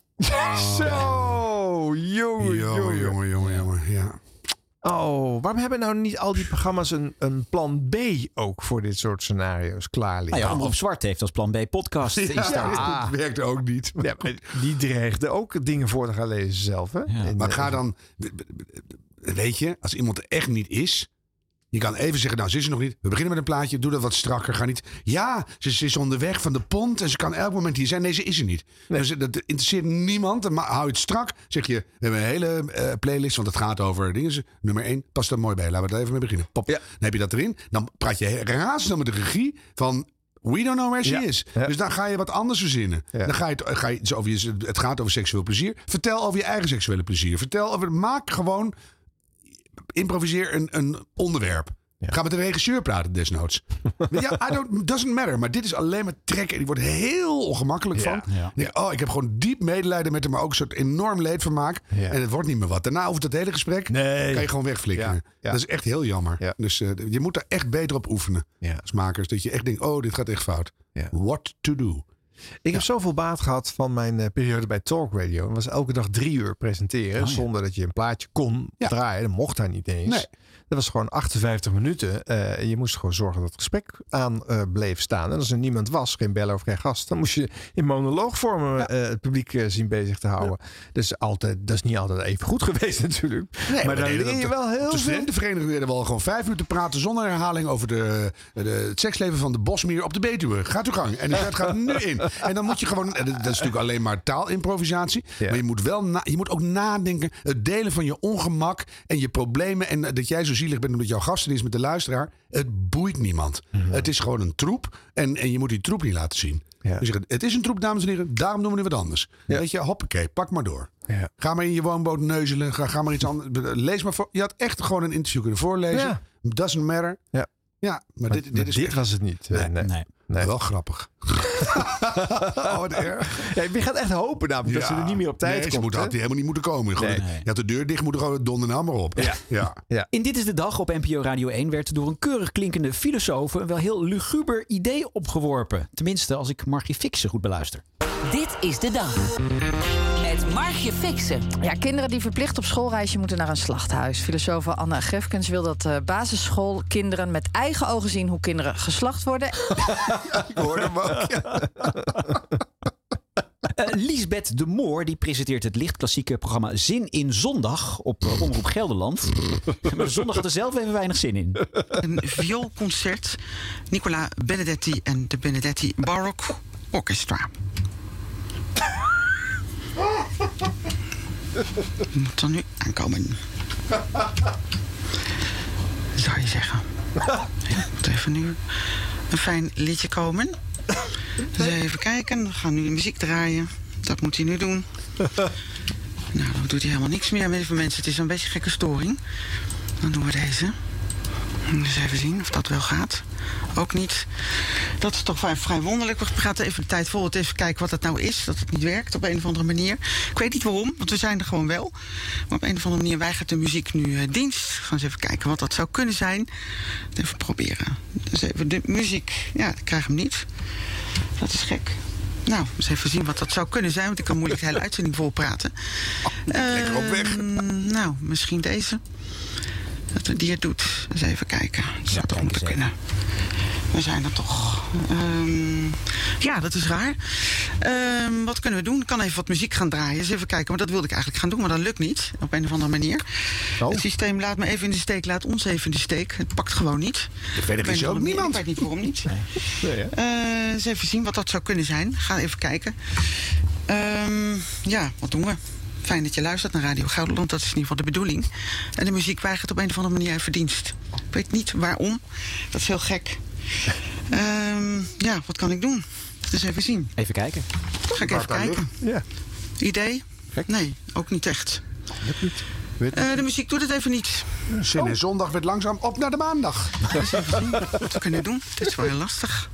Zo, jongen, Jongen, jongen, jongen, jongen. Ja. Oh, waarom hebben nou niet al die programma's een, een plan B ook voor dit soort scenario's klaar liggen? Nou ja, Omroep Zwart heeft als plan B podcast in start. Ja. Dat werkt ook niet. Ja, maar die dreigde ook dingen voor te gaan lezen zelf. Hè? In, Maar eh, ga dan... Weet je, als iemand er echt niet is... Je kan even zeggen, nou, ze is er nog niet. We beginnen met een plaatje, doe dat wat strakker. Ga niet... Ja, ze, ze is onderweg van de pont en ze kan elk moment hier zijn. Nee, ze is er niet. Dus dat interesseert niemand. Dan ma- hou je het strak. Zeg je, we hebben een hele eh, playlist, want het gaat over dingen. Nummer één, past er mooi bij. Laten we er even mee beginnen. Pop. Dan heb je dat erin. Dan praat je razend met de regie van... We don't know where she Ja. is. Ja. Dus dan ga je wat anders verzinnen. Ja. Dan ga je, het, ga je dus over je, het gaat over seksueel plezier. Vertel over je eigen seksuele plezier. Vertel over... Maak gewoon... Improviseer een, een onderwerp. Ga met de regisseur praten desnoods. Ja, I don't, doesn't matter. Maar dit is alleen maar trekken. Die wordt heel ongemakkelijk Ja. van. Ja. Ja, oh, ik heb gewoon diep medelijden met hem. Maar ook een soort enorm leedvermaak. Ja. En het wordt niet meer wat. Daarna over het hele gesprek Nee. kan je gewoon wegflikkeren. Ja. Ja. Dat is echt heel jammer. Ja. Dus uh, je moet er echt beter op oefenen. Ja. Als makers. Dat je echt denkt, oh, dit gaat echt fout. Ja. What to do. Ik heb zoveel baat gehad van mijn uh, periode bij Talk Radio. Dat was elke dag drie uur presenteren. Oh, ja. Zonder dat je een plaatje kon Ja. draaien. Dat mocht daar niet eens. Nee. Dat was gewoon achtenvijftig minuten. Uh, en je moest gewoon zorgen dat het gesprek aan uh, bleef staan. En als er niemand was, geen beller of geen gast, dan moest je in monoloogvormen uh, het publiek uh, zien bezig te houden. Ja. Dus altijd, dat is niet altijd even goed geweest natuurlijk. Nee, maar dan nee, leer dat- je wel heel De veel. studentenvereniging deden wel gewoon vijf minuten praten zonder herhaling over de, de, het seksleven van de Bosmier op de Betuwe. Gaat uw gang. En het gaat nu in. En dan moet je gewoon, dat is natuurlijk alleen maar taalimprovisatie. Maar je moet wel, na, je moet ook nadenken, het delen van je ongemak en je problemen en dat jij zo ziet zielig bent omdat jouw gasten is met de luisteraar. Het boeit niemand. Mm-hmm. Het is gewoon een troep. En, en je moet die troep niet laten zien. Ja. We zeggen, het is een troep, dames en heren. Daarom doen we nu wat anders. Ja. Weet je, hoppakee, pak maar door. Ja. Ga maar in je woonboot neuzelen. Ga, ga maar iets anders. Lees maar voor. Je had echt gewoon een interview kunnen voorlezen. Ja. Doesn't matter. Ja, ja maar, maar dit, dit, is dit echt... was het niet. Nee, nee. nee. nee. Wel grappig. Oh, wat erg. Ja, je gaat echt hopen namelijk ja. dat ze er niet meer op tijd nee, komt. Ze moeten, had helemaal niet moeten komen. Gewoon, nee. Je had de deur dicht moeten, gewoon donder nou maar op. Ja. Ja. Ja. In Dit is de Dag op N P O Radio één werd door een keurig klinkende filosoof een wel heel luguber idee opgeworpen. Tenminste, als ik Margie Fixen goed beluister. Dit is de dag. Met Margie Fixen. Ja, kinderen die verplicht op schoolreisje moeten naar een slachthuis. Filosoof Anna Grefkens wil dat uh, basisschoolkinderen met eigen ogen zien hoe kinderen geslacht worden. Ja, ik hoorde hem ook. Ja. Uh, Liesbeth de Moor die presenteert het lichtklassieke programma Zin in Zondag op uh, Omroep Gelderland. Maar de zondag had er zelf even weinig zin in. Een vioolconcert. Nicola Benedetti en de Benedetti Baroque Orchestra. Moet er nu aankomen. Zou je zeggen. Ja, moet even nu een fijn liedje komen. Dus even kijken. We gaan nu de muziek draaien. Dat moet hij nu doen. Nou, dan doet hij helemaal niks meer. Met voor mensen, het is een beetje een gekke storing. Dan doen we deze. Dus even zien of dat wel gaat. Ook niet. Dat is toch vrij, vrij wonderlijk. We praten even de tijd vol. Even kijken wat het nou is. Dat het niet werkt op een of andere manier. Ik weet niet waarom, want we zijn er gewoon wel. Maar op een of andere manier weigert de muziek nu uh, dienst. We gaan eens even kijken wat dat zou kunnen zijn. Even proberen. Dus even de muziek. Ja, ik krijg hem niet. Dat is gek. Nou, eens even zien wat dat zou kunnen zijn. Want ik kan moeilijk de hele uitzending vol praten. Oh, lekker op weg. Uh, nou, misschien deze. Dat die het doet. Eens even kijken. Dat zou toch moeten kunnen. We zijn er toch. Um, ja, dat is raar. Um, wat kunnen we doen? Ik kan even wat muziek gaan draaien. Eens even kijken. Maar dat wilde ik eigenlijk gaan doen. Maar dat lukt niet. Op een of andere manier. Oh. Het systeem laat me even in de steek. Laat ons even in de steek. Het pakt gewoon niet. Verder is ook niemand. Ik weet niet waarom niet. Nee. Nee, uh, eens even zien wat dat zou kunnen zijn. Ga even kijken. Um, ja, wat doen we? Fijn dat je luistert naar Radio Gelderland. Dat is in ieder geval de bedoeling. En de muziek weigert op een of andere manier even dienst. Ik weet niet waarom. Dat is heel gek. Um, ja, wat kan ik doen? Dus even zien. Even kijken. Ga ik even kijken. Ja. Idee? Gek. Nee, ook niet echt. Dat niet. Uh, de muziek doet het even niet. Zin in oh. Zondag werd langzaam op naar de maandag. Dus even zien wat we kunnen doen. Het is wel heel lastig.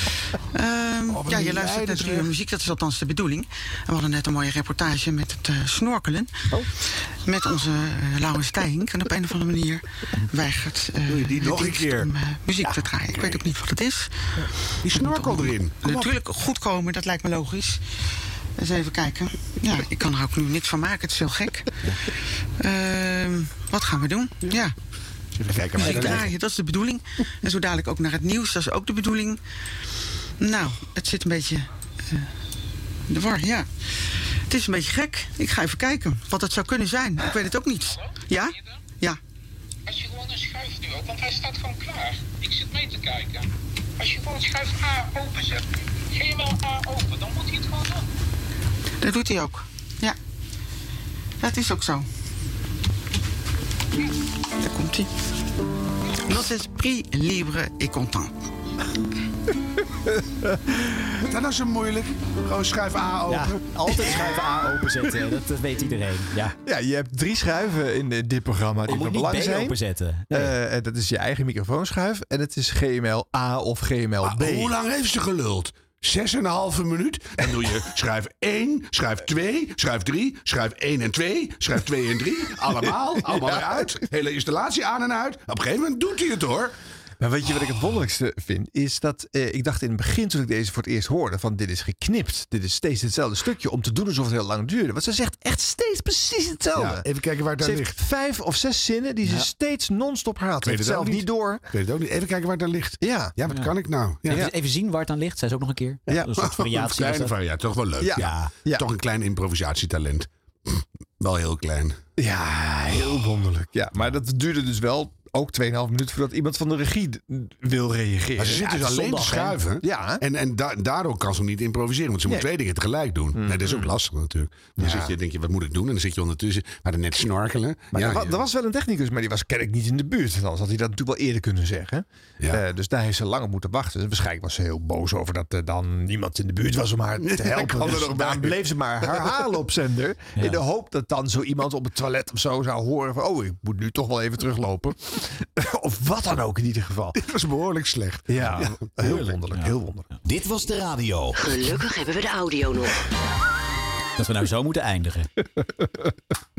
Um, oh, ja, je luistert naar drie uur muziek. Dat is althans de bedoeling. En we hadden net een mooie reportage met het uh, snorkelen. Oh. Met onze uh, Laurens Stijnk. En op een of andere manier weigert uh, Doe je die nog een keer om uh, muziek ja. te draaien. Ik weet ook niet wat het is. Die snorkel erin. Natuurlijk goed komen, dat lijkt me logisch. Eens even kijken. Ja, ik kan er ook nu niks van maken. Het is heel gek. Uh, wat gaan we doen? Ja. Even kijken. Muziek draaien, dat is de bedoeling. En zo dadelijk ook naar het nieuws. Dat is ook de bedoeling. Nou, het zit een beetje uh, de war, ja. Het is een beetje gek. Ik ga even kijken wat het zou kunnen zijn. Ik weet het ook niet. Ja? Ja. Als je gewoon een schuif nu ook, want hij staat gewoon klaar. Ik zit mee te kijken. Als je gewoon schuif A open zet, G M L A open, dan moet hij het gewoon doen. Dat doet hij ook. Ja. Dat is ook zo. Daar komt hij. Nos esprit libre et content. Dat is zo moeilijk. Gewoon schuif A open. Ja, altijd schuif A openzetten. Dat, dat weet iedereen. Ja. Ja, je hebt drie schuiven in dit programma die nog belang zijn. Openzetten. Nee. Uh, dat is je eigen microfoonschuif. En het is G M L A of G M L B. Maar hoe lang heeft ze geluld? Zes en een halve minuut. En doe je schrijf één, schrijf twee, schrijf drie, schrijf één en twee, schrijf twee en drie. Allemaal, allemaal ja. eruit. Hele installatie aan en uit. Op een gegeven moment doet hij het hoor. Maar weet je wat ik het wonderlijkste vind? Is dat eh, ik dacht in het begin toen ik deze voor het eerst hoorde... van dit is geknipt. Dit is steeds hetzelfde stukje om te doen alsof het heel lang duurde. Want ze zegt echt steeds precies hetzelfde. Ja, even kijken waar het ze aan heeft ligt. vijf of zes zinnen die ze ja. steeds non-stop herhaalt. Ik weet het het zelf niet door. Ik weet het ook niet. Even kijken waar het aan ligt. Ja. Ja, wat ja. kan ik nou? Ja. Even, even zien waar het aan ligt. Zij is ook nog een keer. Ja. Ja. Een soort variatie. Kleine variatie. Toch wel leuk. Ja. Ja. Ja. Toch een klein improvisatietalent. Wel heel klein. Ja, heel wonderlijk. Ja, maar dat duurde dus wel ook tweeënhalf minuten voordat iemand van de regie d- wil reageren. Maar ze zit Ja, dus het is alleen te zondag, hè? schuiven. Ja. En, en da- daardoor kan ze niet improviseren. Want ze moet Nee. twee dingen tegelijk doen. Nee, dat is ook lastig natuurlijk. Dan Ja. zit je, denk je, wat moet ik doen? En dan zit je ondertussen. Maar dan net snorkelen. Maar ja, er, wa- ja. er was wel een technicus, maar die was kennelijk niet in de buurt. Anders had hij dat natuurlijk wel eerder kunnen zeggen. Ja. Eh, dus daar heeft ze lang op moeten wachten. Dus waarschijnlijk was ze heel boos over dat er dan niemand in de buurt was om haar te helpen. kan er Dus nog daarom bij. bleef ze maar herhalen op zender. Ja. In de hoop dat dan zo iemand op het toilet of zo zou horen van... oh, ik moet nu toch wel even teruglopen. Of wat dan ook in ieder geval. Dit was behoorlijk slecht. Ja, heel wonderlijk, heel wonderlijk. Dit was de radio. Gelukkig hebben we de audio nog. Dat we nou zo moeten eindigen.